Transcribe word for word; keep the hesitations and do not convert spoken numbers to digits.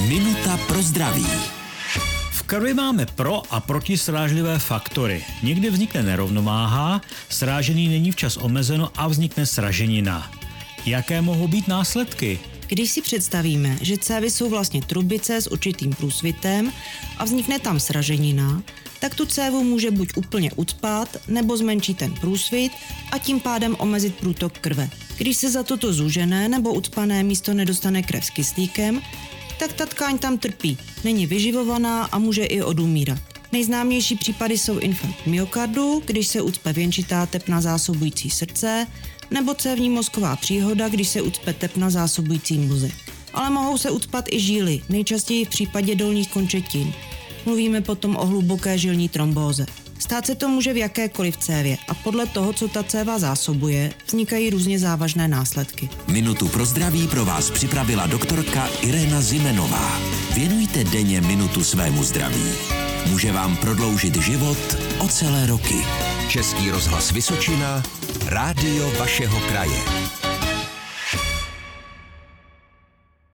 Minuta pro zdraví. V krvi máme pro a protisrážlivé faktory. Někdy vznikne nerovnováha, srážení není včas omezeno a vznikne sraženina. Jaké mohou být následky? Když si představíme, že cévy jsou vlastně trubice s určitým průsvitem a vznikne tam sraženina, tak tu cévu může buď úplně ucpat, nebo zmenší ten průsvit a tím pádem omezit průtok krve. Když se za toto zúžené nebo ucpané místo nedostane krev s kyslíkem, tak ta tkáň tam trpí, není vyživovaná a může i odumírat. Nejznámější případy jsou infarkt myokardu, když se ucpe věnčitá tepna zásobující srdce, nebo cévní mozková příhoda, když se ucpe tepna zásobující mozek. Ale mohou se ucpat i žíly, nejčastěji v případě dolních končetin. Mluvíme potom o hluboké žilní trombóze. Stát se to může v jakékoliv cévě a podle toho, co ta céva zásobuje, vznikají různě závažné následky. Minutu pro zdraví pro vás připravila doktorka Irena Zimenová. Věnujte denně minutu svému zdraví. Může vám prodloužit život o celé roky. Český rozhlas Vysočina, rádio vašeho kraje.